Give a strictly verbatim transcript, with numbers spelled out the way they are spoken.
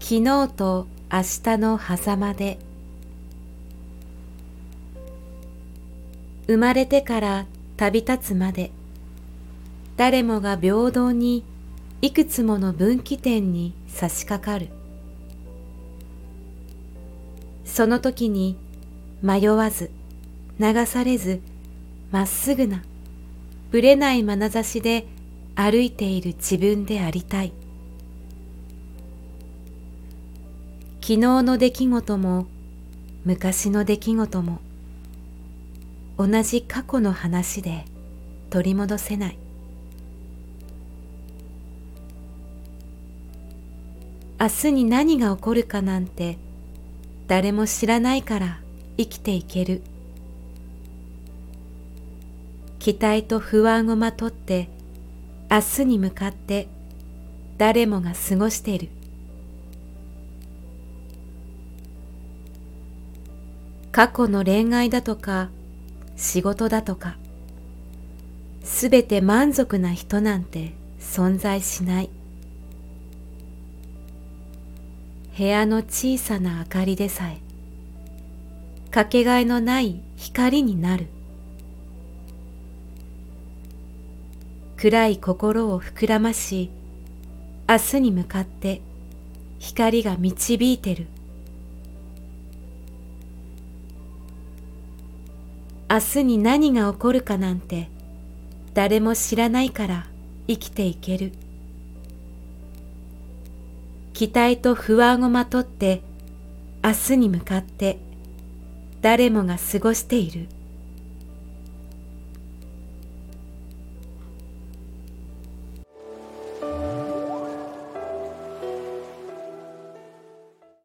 昨日と明日の狭間で。生まれてから旅立つまで、誰もが平等にいくつもの分岐点に差し掛かる。その時に迷わず流されずまっすぐなぶれない眼差しで歩いている自分でありたい。昨日の出来事も昔の出来事も同じ過去の話で取り戻せない。明日に何が起こるかなんて誰も知らないから生きていける。期待と不安をまとって明日に向かって誰もが過ごしている。過去の恋愛だとか仕事だとかすべて満足な人なんて存在しない。部屋の小さな明かりでさえかけがえのない光になる。暗い心を膨らまし明日に向かって光が導いてる。明日に何が起こるかなんて誰も知らないから生きていける。期待と不安をまとって明日に向かって誰もが過ごしている。